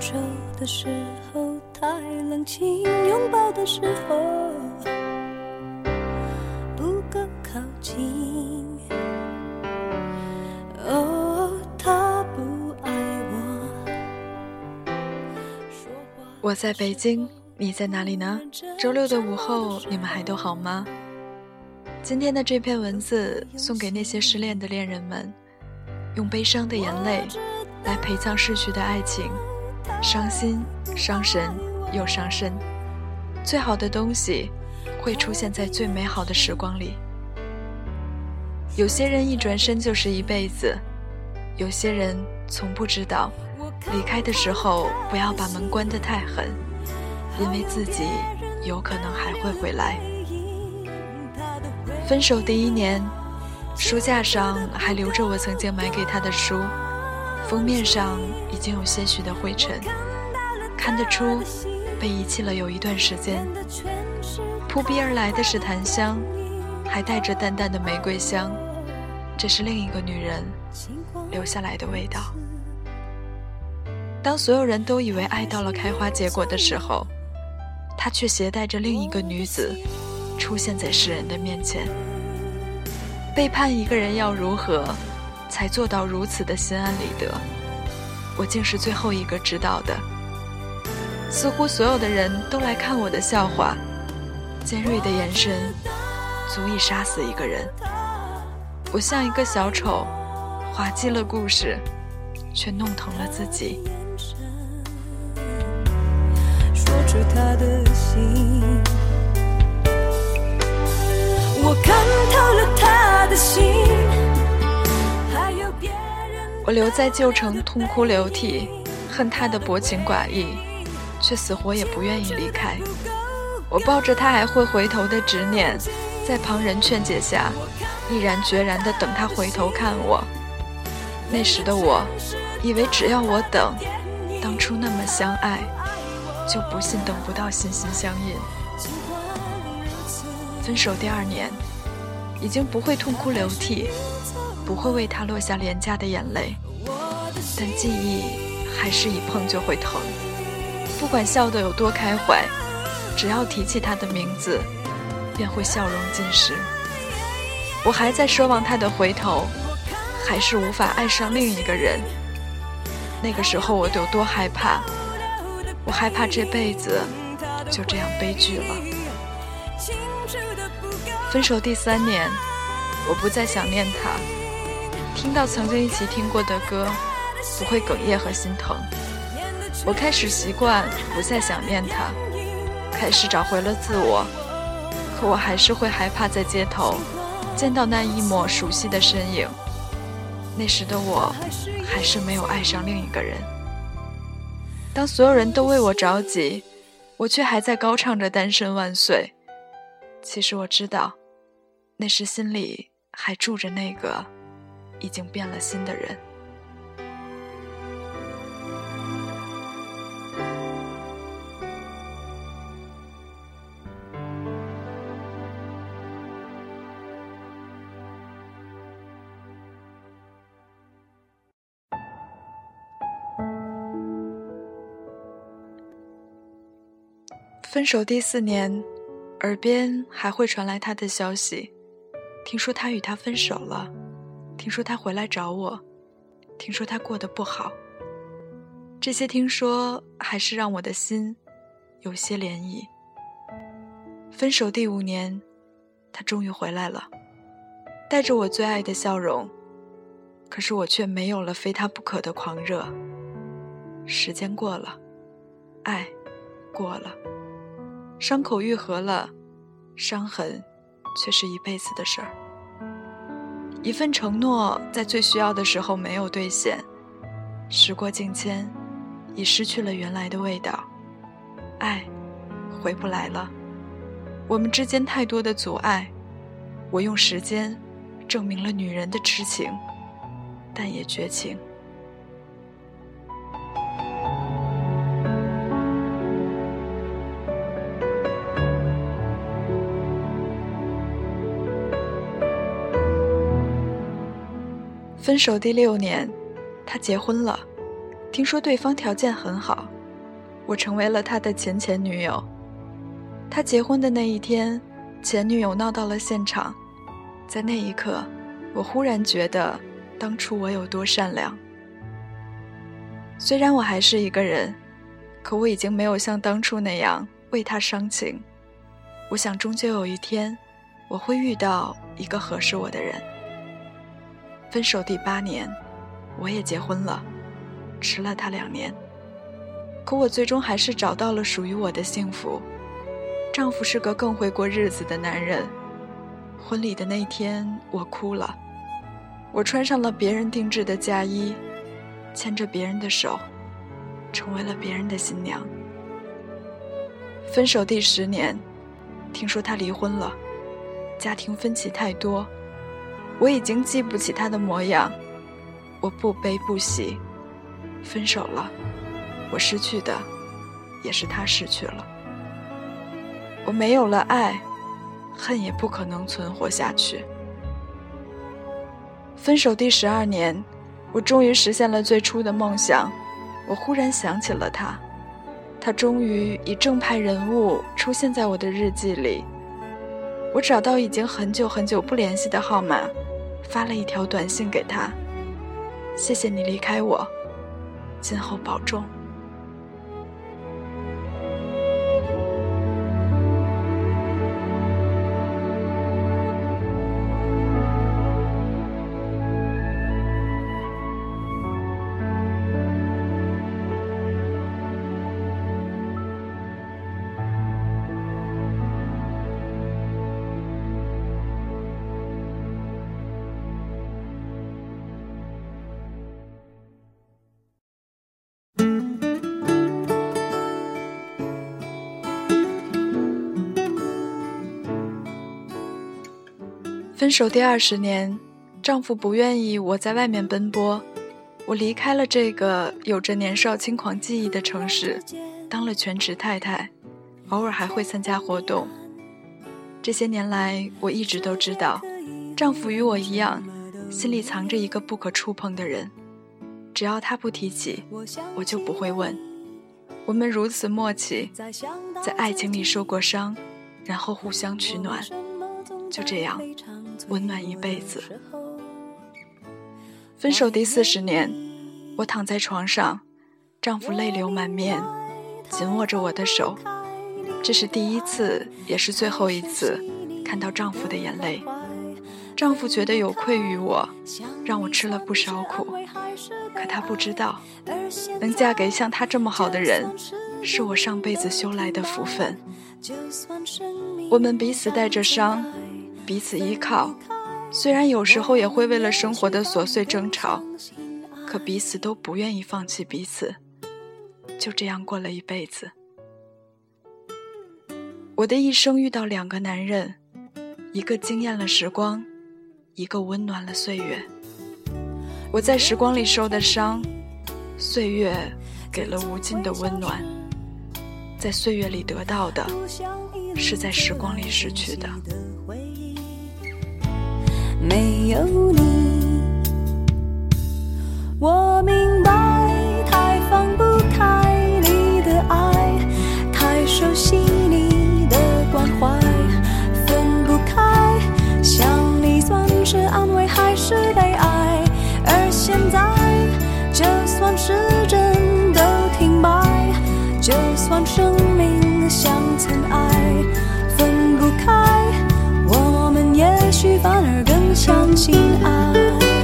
手的时候太冷清，拥抱的时候不够靠近。哦，他不爱我。 我在北京，你在哪里呢？周六的午后，你们还都好吗？今天的这篇文字送给那些失恋的恋人们，用悲伤的眼泪来陪葬逝去的爱情，伤心、伤神又伤身。最好的东西会出现在最美好的时光里。有些人一转身就是一辈子，有些人从不知道，离开的时候不要把门关得太狠，因为自己有可能还会回来。分手第1年，书架上还留着我曾经买给他的书，封面上已经有些许的灰尘，看得出被遗弃了有一段时间。扑鼻而来的是檀香，还带着淡淡的玫瑰香，这是另一个女人留下来的味道。当所有人都以为爱到了开花结果的时候，他却携带着另一个女子出现在世人的面前。背叛一个人要如何才做到如此的心安理得？我竟是最后一个知道的。似乎所有的人都来看我的笑话，尖锐的眼神足以杀死一个人。我像一个小丑，滑稽了故事，却弄疼了自己。 说出他的心，我看透了他的心，还有别人。 我留在旧城痛哭流涕，恨他的薄情寡义，却死活也不愿意离开。我抱着他还会回头的执念，在旁人劝解下毅然决然地等他回头看我。那时的我以为只要我等，当初那么相爱，就不信等不到心心相印。分手第2年，已经不会痛哭流涕，不会为他落下廉价的眼泪，但记忆还是一碰就会疼。不管笑得有多开怀，只要提起他的名字，便会笑容尽失。我还在奢望他的回头，还是无法爱上另一个人。那个时候我有多害怕，我害怕这辈子就这样悲剧了。分手第3年，我不再想念他，听到曾经一起听过的歌，不会哽咽和心疼。我开始习惯不再想念他，开始找回了自我，可我还是会害怕在街头见到那一抹熟悉的身影。那时的我还是没有爱上另一个人。当所有人都为我着急，我却还在高唱着单身万岁。其实我知道，那时心里还住着那个已经变了心的人。分手第4年，耳边还会传来他的消息，听说他与他分手了，听说他回来找我，听说他过得不好。这些听说还是让我的心有些涟漪。分手第5年，他终于回来了，带着我最爱的笑容，可是我却没有了非他不可的狂热。时间过了，爱过了，伤口愈合了，伤痕却是一辈子的事儿。一份承诺在最需要的时候没有兑现，时过境迁，已失去了原来的味道。爱回不来了，我们之间太多的阻碍，我用时间证明了女人的痴情，但也绝情。分手第6年，他结婚了， 听说对方条件很好，我成为了他的前女友。他结婚的那一天，前女友闹到了现场。在那一刻，我忽然觉得当初我有多善良。虽然我还是一个人，可我已经没有像当初那样为他伤情。我想终究有一天，我会遇到一个合适我的人。分手第8年，我也结婚了，迟了他2年。可我最终还是找到了属于我的幸福。丈夫是个更会过日子的男人。婚礼的那天，我哭了。我穿上了别人定制的嫁衣，牵着别人的手，成为了别人的新娘。分手第10年，听说他离婚了，家庭分歧太多，我已经记不起他的模样。我不悲不喜，分手了，我失去的也是他失去了。我没有了爱，恨也不可能存活下去。分手第12年，我终于实现了最初的梦想。我忽然想起了他，他终于以正派人物出现在我的日记里。我找到已经很久不联系的号码，发了一条短信给他：谢谢你离开我，今后保重。分手第20年，丈夫不愿意我在外面奔波，我离开了这个有着年少轻狂记忆的城市，当了全职太太，偶尔还会参加活动。这些年来，我一直都知道，丈夫与我一样，心里藏着一个不可触碰的人，只要他不提起，我就不会问。我们如此默契，在爱情里受过伤，然后互相取暖，就这样温暖一辈子。分手第40年，我躺在床上，丈夫泪流满面，紧握着我的手。这是第一次，也是最后一次看到丈夫的眼泪。丈夫觉得有愧于我，让我吃了不少苦，可他不知道，能嫁给像他这么好的人，是我上辈子修来的福分。我们彼此带着伤，彼此依靠，虽然有时候也会为了生活的琐碎争吵，可彼此都不愿意放弃彼此，就这样过了一辈子。我的一生遇到2个男人，一个惊艳了时光，一个温暖了岁月。我在时光里受的伤，岁月给了无尽的温暖，在岁月里得到的，是在时光里失去的。 没有你，我明白，太放不开你的爱，太熟悉你的关怀，分不开，想你算是安慰还是悲哀？而现在，就算时针都停摆，就算生命像尘埃，分不开，我们也许反而更相信爱。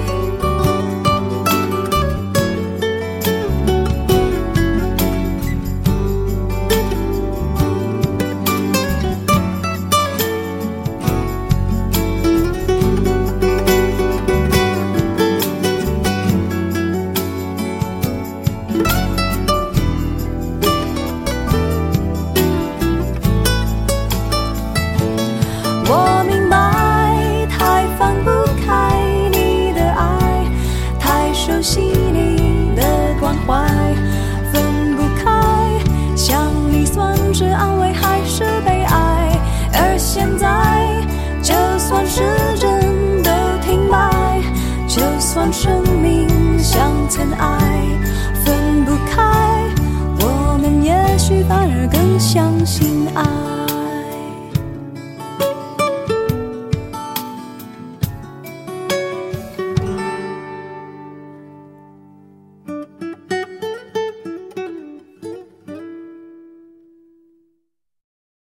我明白，太放不开你的爱，太熟悉你的关怀，分不开，想你算是安慰还是悲哀？而现在，就算时针都停摆，就算生命像尘埃，分许反而更相信爱。